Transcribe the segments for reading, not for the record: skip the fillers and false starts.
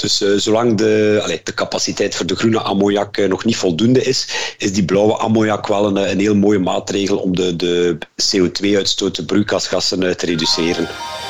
Dus zolang de capaciteit voor de groene ammoniak nog niet voldoende is die blauwe ammoniak wel een heel mooie maatregel om de CO2-uitstoot, de broeikasgassen te reduceren.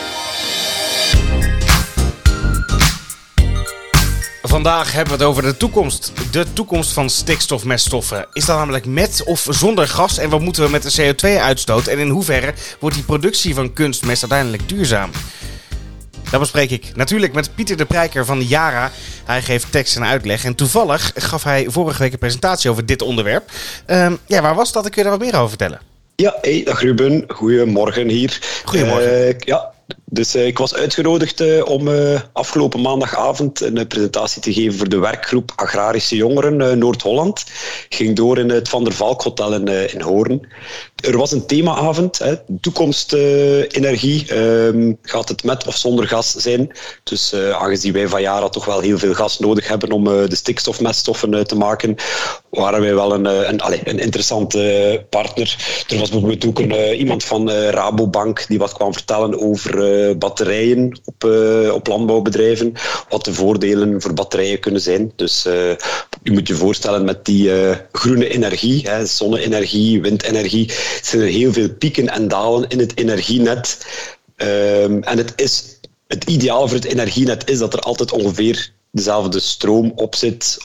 Vandaag hebben we het over de toekomst. De toekomst van stikstofmeststoffen. Is dat namelijk met of zonder gas? En wat moeten we met de CO2-uitstoot? En in hoeverre wordt die productie van kunstmest uiteindelijk duurzaam? Dat bespreek ik natuurlijk met Pieter de Prijker van Yara. Hij geeft tekst en uitleg. En toevallig gaf hij vorige week een presentatie over dit onderwerp. Waar was dat? Kun je daar wat meer over vertellen? Ja, dag Ruben. Goedemorgen hier. Goedemorgen. Dus ik was uitgenodigd om afgelopen maandagavond een presentatie te geven voor de werkgroep Agrarische Jongeren Noord-Holland. Ging door in het Van der Valk Hotel in Hoorn. Er was een themaavond, toekomst energie. Gaat het met of zonder gas zijn? Dus aangezien wij van Yara toch wel heel veel gas nodig hebben om de stikstofmeststoffen te maken, waren wij wel een interessante partner. Er was bijvoorbeeld ook iemand van Rabobank die wat kwam vertellen over batterijen op landbouwbedrijven, wat de voordelen voor batterijen kunnen zijn. Dus je moet je voorstellen met die groene energie, zonne-energie, windenergie, zijn er heel veel pieken en dalen in het energienet. En het ideaal voor het energienet is dat er altijd ongeveer dezelfde stroom op zit.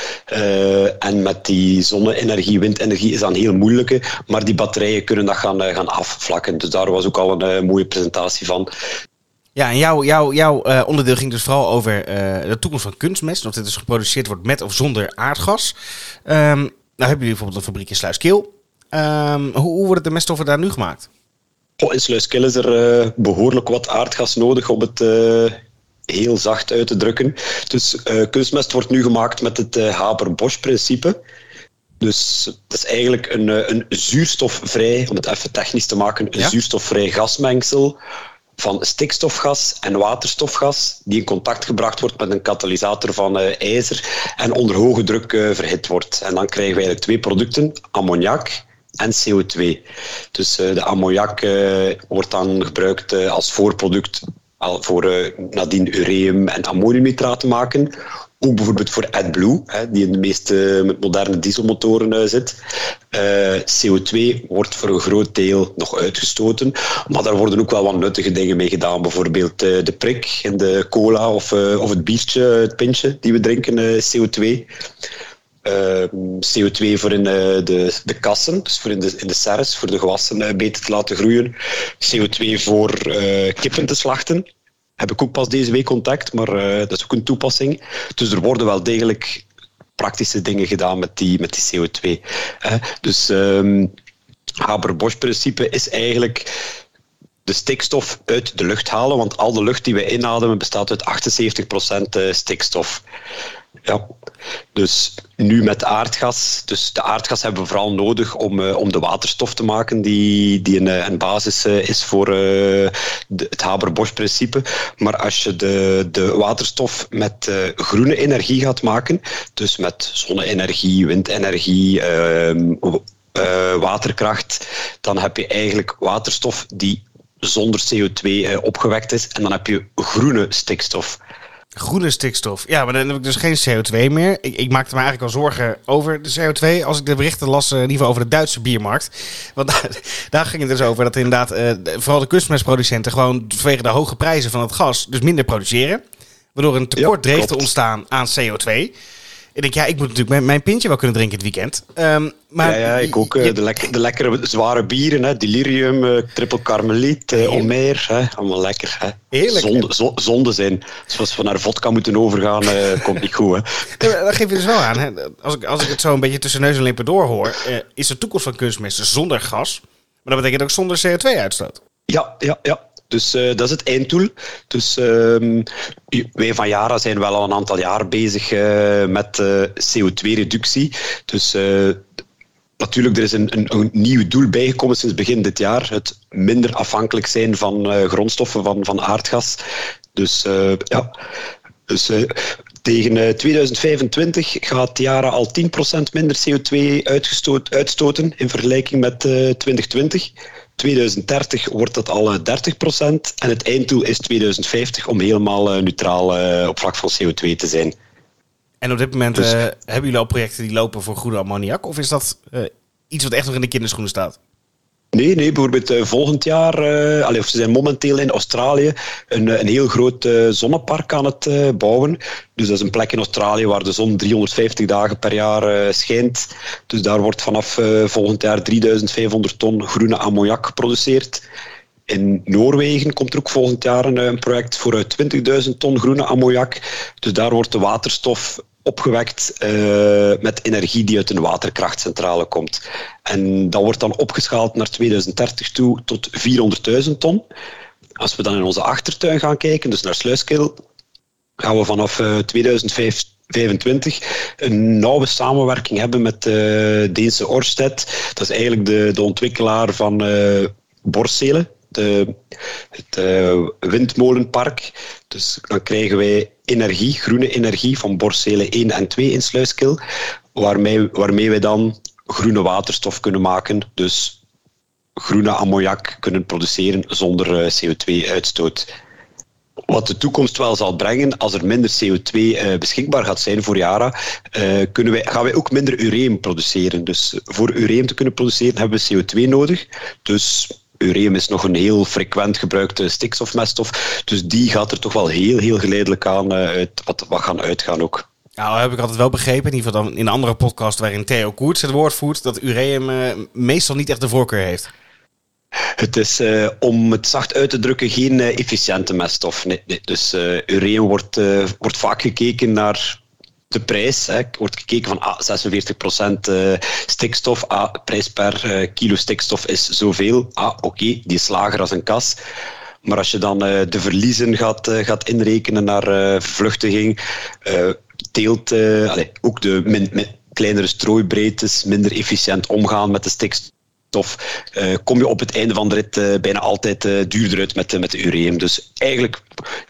En met die zonne-energie, windenergie is dat een heel moeilijke, maar die batterijen kunnen dat gaan afvlakken. Dus daar was ook al een mooie presentatie van. Ja, en jouw onderdeel ging dus vooral over de toekomst van kunstmest. Of dit dus geproduceerd wordt met of zonder aardgas. Nou hebben jullie bijvoorbeeld een fabriek in Sluiskil. Hoe worden de meststoffen daar nu gemaakt? In Sluiskil is er behoorlijk wat aardgas nodig om het heel zacht uit te drukken. Dus kunstmest wordt nu gemaakt met het Haber-Bosch-principe. Dus dat is eigenlijk een zuurstofvrij, om het even technisch te maken, een zuurstofvrij gasmengsel van stikstofgas en waterstofgas, die in contact gebracht wordt met een katalysator van ijzer en onder hoge druk verhit wordt. En dan krijgen we eigenlijk twee producten, ammoniak en CO2. Dus de ammoniak wordt dan gebruikt als voorproduct voor nadien ureum en ammoniumnitraat te maken. Ook bijvoorbeeld voor AdBlue, die in de meeste moderne dieselmotoren zit. CO2 wordt voor een groot deel nog uitgestoten. Maar daar worden ook wel wat nuttige dingen mee gedaan. Bijvoorbeeld de prik in de cola of het biertje, het pintje die we drinken, CO2. CO2 voor in de kassen, dus voor in de serres, voor de gewassen beter te laten groeien. CO2 voor kippen te slachten. Heb ik ook pas deze week contact, maar dat is ook een toepassing. Dus er worden wel degelijk praktische dingen gedaan met die CO2. Dus Haber-Bosch-principe is eigenlijk de stikstof uit de lucht halen, want al de lucht die we inademen bestaat uit 78% stikstof. Ja, dus nu met aardgas. Dus de aardgas hebben we vooral nodig om de waterstof te maken, die een basis is voor het Haber-Bosch-principe. Maar als je de waterstof met groene energie gaat maken, dus met zonne-energie, windenergie, waterkracht, dan heb je eigenlijk waterstof die zonder CO2 opgewekt is. En dan heb je groene stikstof. Groene stikstof. Ja, maar dan heb ik dus geen CO2 meer. Ik maakte me eigenlijk al zorgen over de CO2 als ik de berichten las, in ieder geval over de Duitse biermarkt. Want daar ging het dus over dat inderdaad vooral de kunstmestproducenten gewoon vanwege de hoge prijzen van het gas dus minder produceren. Waardoor een tekort dreigt te ontstaan aan CO2. Ik denk, ik moet natuurlijk mijn pintje wel kunnen drinken het weekend. Maar ik ook. De lekkere zware bieren, Delirium, Triple Carmeliet, Omer, allemaal lekker. Heerlijk. Zonde zijn. Dus als we naar vodka moeten overgaan, komt niet goed. Dat geef je dus wel aan. Hè? Als ik het zo een beetje tussen neus en lippen doorhoor, is de toekomst van kunstmest zonder gas. Maar dat betekent ook zonder CO2-uitstoot. Ja. Dus dat is het einddoel. Dus wij van Yara zijn wel al een aantal jaar bezig met CO2-reductie. Dus natuurlijk, er is een nieuw doel bijgekomen sinds begin dit jaar. Het minder afhankelijk zijn van grondstoffen, van aardgas. Dus tegen 2025 gaat Yara al 10% minder CO2 uitstoten in vergelijking met 2020. 2030 wordt dat al 30%. En het einddoel is 2050 om helemaal neutraal op vlak van CO2 te zijn. En op dit moment hebben jullie al projecten die lopen voor groene ammoniak? Of is dat iets wat echt nog in de kinderschoenen staat? Nee, bijvoorbeeld volgend jaar, ze zijn momenteel in Australië een heel groot zonnepark aan het bouwen. Dus dat is een plek in Australië waar de zon 350 dagen per jaar schijnt. Dus daar wordt vanaf volgend jaar 3500 ton groene ammoniak geproduceerd. In Noorwegen komt er ook volgend jaar een project voor 20.000 ton groene ammoniak. Dus daar wordt de waterstof opgewekt met energie die uit een waterkrachtcentrale komt. En dat wordt dan opgeschaald naar 2030 toe tot 400.000 ton. Als we dan in onze achtertuin gaan kijken, dus naar Sluiskil, gaan we vanaf 2025 een nauwe samenwerking hebben met Deense Ørsted. Dat is eigenlijk de ontwikkelaar van Borssele, het windmolenpark. Dus dan krijgen wij groene energie van Borssele 1 en 2 in Sluiskil, waarmee wij dan groene waterstof kunnen maken, dus groene ammoniak kunnen produceren zonder CO2-uitstoot. Wat de toekomst wel zal brengen, als er minder CO2 beschikbaar gaat zijn voor Yara, gaan wij ook minder ureum produceren. Dus voor ureum te kunnen produceren hebben we CO2 nodig. Dus ureum is nog een heel frequent gebruikte stikstofmeststof. Dus die gaat er toch wel heel geleidelijk aan wat gaan uitgaan ook. Nou, heb ik altijd wel begrepen, in ieder geval dan in een andere podcast waarin Theo Koerts het woord voert, dat ureum meestal niet echt de voorkeur heeft. Het is, om het zacht uit te drukken, geen efficiënte meststof. Nee. Dus ureum wordt vaak gekeken naar de prijs. Wordt gekeken van 46% stikstof. Prijs per kilo stikstof is zoveel. Oké, die is lager als een kas. Maar als je dan de verliezen gaat inrekenen naar vervluchtiging, teelt ook de kleinere strooibreedtes, minder efficiënt omgaan met de stikstof, kom je op het einde van de rit bijna altijd duurder uit met de ureum. Dus eigenlijk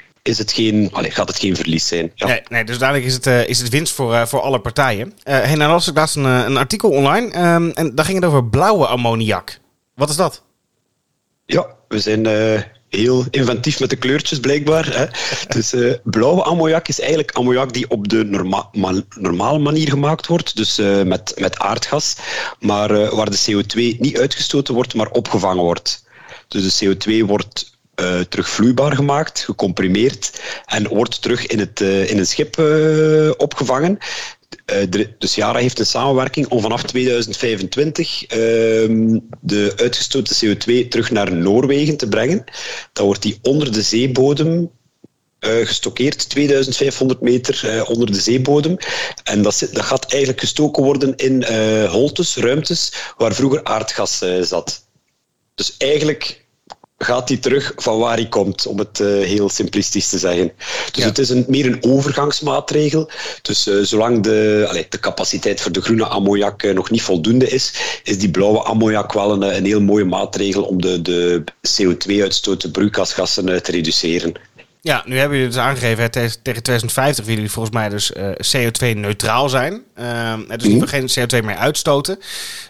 gaat het geen verlies zijn. Ja. Nee, dus dadelijk is het winst voor alle partijen. Nou las ik laatst een artikel online en daar ging het over blauwe ammoniak. Wat is dat? Ja, we zijn heel inventief met de kleurtjes blijkbaar. Hè. Dus blauwe ammoniak is eigenlijk ammoniak die op de normale manier gemaakt wordt, dus met aardgas, maar waar de CO2 niet uitgestoten wordt, maar opgevangen wordt. Dus de CO2 wordt terug vloeibaar gemaakt, gecomprimeerd en wordt terug in een schip opgevangen. Dus Yara heeft een samenwerking om vanaf 2025 de uitgestoten CO2 terug naar Noorwegen te brengen. Dan wordt die onder de zeebodem gestockeerd, 2500 meter onder de zeebodem. En dat gaat eigenlijk gestoken worden in holtes, ruimtes, waar vroeger aardgas zat. Dus eigenlijk gaat die terug van waar hij komt, om het heel simplistisch te zeggen. Dus het is meer een overgangsmaatregel. Dus zolang de capaciteit voor de groene ammoniak nog niet voldoende is die blauwe ammoniak wel een heel mooie maatregel om de CO2-uitstoot, de broeikasgassen te reduceren. Ja, nu hebben jullie dus aangegeven, tegen 2050 willen jullie volgens mij dus CO2-neutraal zijn. Dus die geen CO2 meer uitstoten.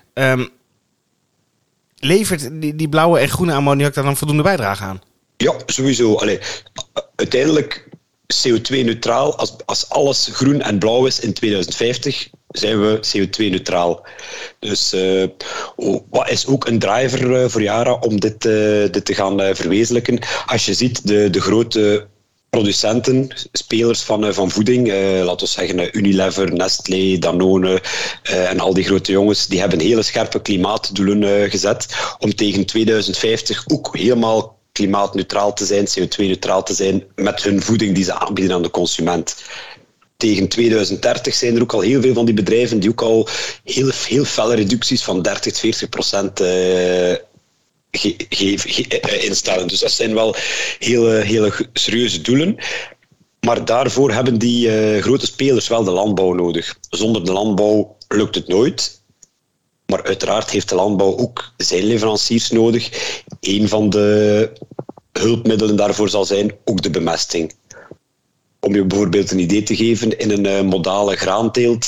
Levert die blauwe en groene ammoniak daar dan voldoende bijdrage aan? Ja, sowieso. Uiteindelijk CO2-neutraal. Als alles groen en blauw is in 2050, zijn we CO2-neutraal. Dus wat is ook een driver voor Yara om dit te gaan verwezenlijken? Als je ziet de grote producenten, spelers van voeding, laten we zeggen Unilever, Nestlé, Danone en al die grote jongens, die hebben hele scherpe klimaatdoelen gezet om tegen 2050 ook helemaal klimaatneutraal te zijn, CO2-neutraal te zijn met hun voeding die ze aanbieden aan de consument. Tegen 2030 zijn er ook al heel veel van die bedrijven die ook al heel felle reducties van 30-40% instellen. Dus dat zijn wel hele serieuze doelen. Maar daarvoor hebben die grote spelers wel de landbouw nodig. Zonder de landbouw lukt het nooit. Maar uiteraard heeft de landbouw ook zijn leveranciers nodig. Een van de hulpmiddelen daarvoor zal zijn ook de bemesting. Om je bijvoorbeeld een idee te geven, in een modale graanteelt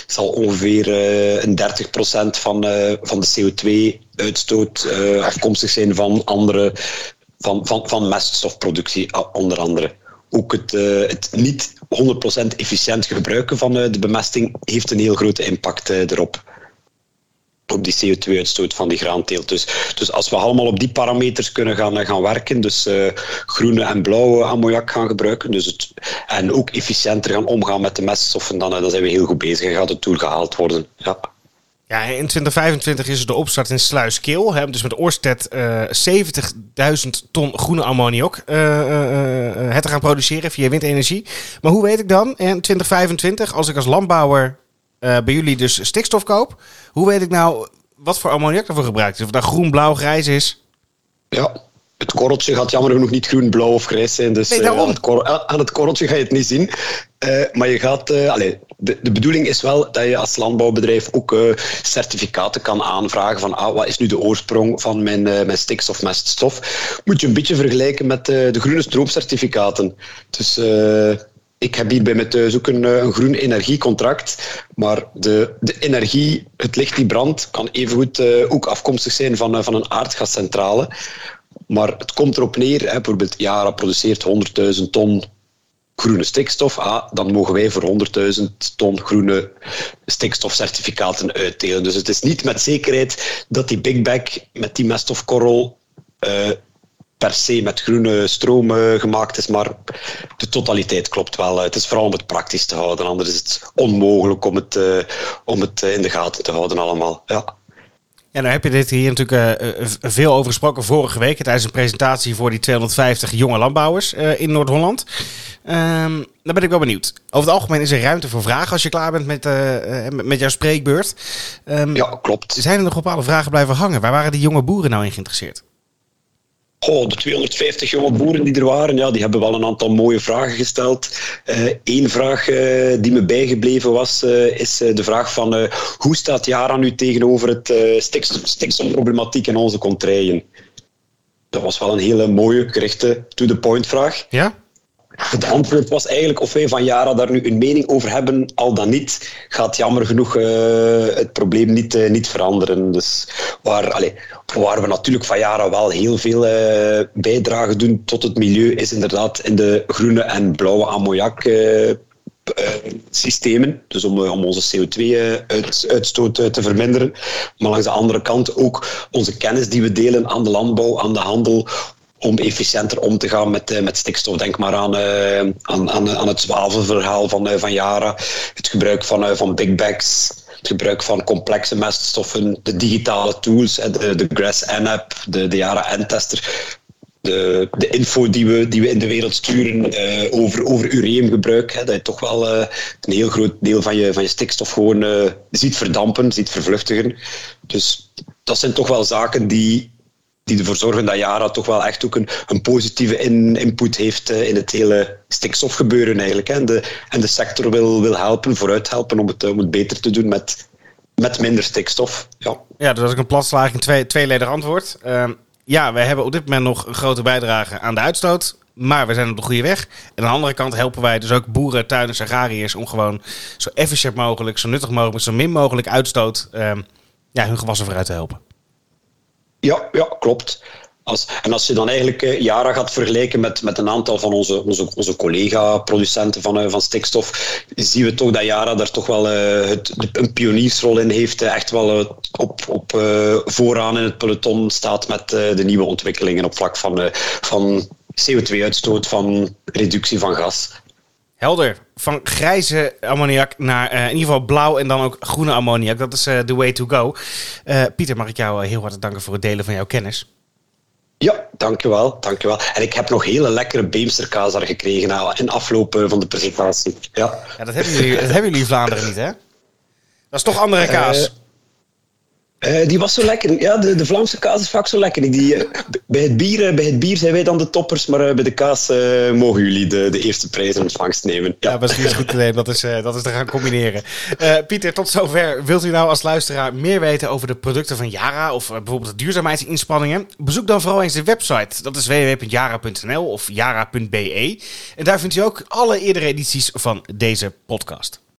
zal ongeveer een 30% van de CO2-uitstoot afkomstig zijn van andere, van meststofproductie, onder andere. Ook het niet 100% efficiënt gebruiken van de bemesting heeft een heel grote impact erop. Op die CO2-uitstoot van die graanteelt. Dus als we allemaal op die parameters kunnen gaan werken, dus groene en blauwe ammoniak gaan gebruiken, en ook efficiënter gaan omgaan met de meststoffen, dan zijn we heel goed bezig en gaat het doel gehaald worden. Ja. Ja, in 2025 is er de opstart in Sluiskil. Dus met Ørsted 70.000 ton groene ammoniak het te gaan produceren via windenergie. Maar hoe weet ik dan in 2025, als ik als landbouwer bij jullie dus stikstof koop, hoe weet ik nou wat voor ammoniak ervoor gebruikt is? Of dat groen, blauw, grijs is? Ja, het korreltje gaat jammer genoeg niet groen, blauw of grijs zijn. Dus nee, aan het korreltje ga je het niet zien. Maar je gaat... de bedoeling is wel dat je als landbouwbedrijf ook certificaten kan aanvragen van wat is nu de oorsprong van mijn stikstofmeststof. Moet je een beetje vergelijken met de groene stroomcertificaten. Dus... ik heb hier bij mij thuis ook een groen energiecontract, maar de energie, het licht die brandt, kan evengoed ook afkomstig zijn van een aardgascentrale. Maar het komt erop neer, bijvoorbeeld Yara produceert 100.000 ton groene stikstof, dan mogen wij voor 100.000 ton groene stikstofcertificaten uitdelen. Dus het is niet met zekerheid dat die Big Bag met die meststofkorrel per se met groene stroom gemaakt is, maar de totaliteit klopt wel. Het is vooral om het praktisch te houden, anders is het onmogelijk om het in de gaten te houden allemaal. Ja. Ja, nou heb je dit hier natuurlijk veel over gesproken vorige week tijdens een presentatie voor die 250 jonge landbouwers in Noord-Holland. Dan ben ik wel benieuwd. Over het algemeen is er ruimte voor vragen als je klaar bent met jouw spreekbeurt. Ja, klopt. Zijn er nog bepaalde vragen blijven hangen? Waar waren die jonge boeren nou in geïnteresseerd? De 250 jonge boeren die er waren, ja, die hebben wel een aantal mooie vragen gesteld. Eén vraag die me bijgebleven was, is de vraag van hoe staat Yara nu tegenover het stikstofproblematiek in onze contraien? Dat was wel een hele mooie, gerichte, to-the-point vraag. Ja? Het antwoord was eigenlijk of wij van Yara daar nu een mening over hebben, al dan niet, gaat jammer genoeg het probleem niet veranderen. Dus waar we natuurlijk van Yara wel heel veel bijdrage doen tot het milieu, is inderdaad in de groene en blauwe ammoniak systemen, dus om onze CO2-uitstoot te verminderen. Maar langs de andere kant ook onze kennis die we delen aan de landbouw, aan de handel, om efficiënter om te gaan met stikstof. Denk maar aan het zwavelverhaal van Yara, het gebruik van big bags, het gebruik van complexe meststoffen, de digitale tools, de Grass N-app, de Yara N-tester, de info die we in de wereld sturen over ureumgebruik, dat je toch wel een heel groot deel van je stikstof gewoon ziet verdampen, ziet vervluchtigen. Dus dat zijn toch wel zaken die ervoor zorgen dat Yara toch wel echt ook een positieve input heeft in het hele stikstofgebeuren eigenlijk. Hè. En de sector wil helpen, vooruit helpen om het beter te doen met minder stikstof. Ja, dus als ik een platslaag een tweeledig antwoord. Ja, wij hebben op dit moment nog een grote bijdrage aan de uitstoot, maar we zijn op de goede weg. En aan de andere kant helpen wij dus ook boeren, tuinders, agrariërs om gewoon zo efficiënt mogelijk, zo nuttig mogelijk, zo min mogelijk uitstoot hun gewassen vooruit te helpen. Ja, klopt. Als je dan eigenlijk Yara gaat vergelijken met een aantal van onze collega-producenten van stikstof, zien we toch dat Yara daar toch wel een pioniersrol in heeft. Echt wel op vooraan in het peloton staat met de nieuwe ontwikkelingen op vlak van CO2-uitstoot, van reductie van gas. Helder. Van grijze ammoniak naar in ieder geval blauw en dan ook groene ammoniak. Dat is the way to go. Pieter, mag ik jou heel hartelijk danken voor het delen van jouw kennis. Ja, dankjewel. En ik heb nog hele lekkere Beemsterkaas daar gekregen in afloop van de presentatie. Ja, dat hebben jullie in Vlaanderen niet, hè? Dat is toch andere kaas? Die was zo lekker. Ja, de Vlaamse kaas is vaak zo lekker. Bij het bier zijn wij dan de toppers, maar bij de kaas mogen jullie de eerste prijs in ontvangst nemen. Ja, misschien is het goed te nemen. Dat is te gaan combineren. Pieter, tot zover. Wilt u nou als luisteraar meer weten over de producten van Yara of bijvoorbeeld de duurzaamheidsinspanningen? Bezoek dan vooral eens de website. Dat is www.yara.nl of yara.be. En daar vindt u ook alle eerdere edities van deze podcast.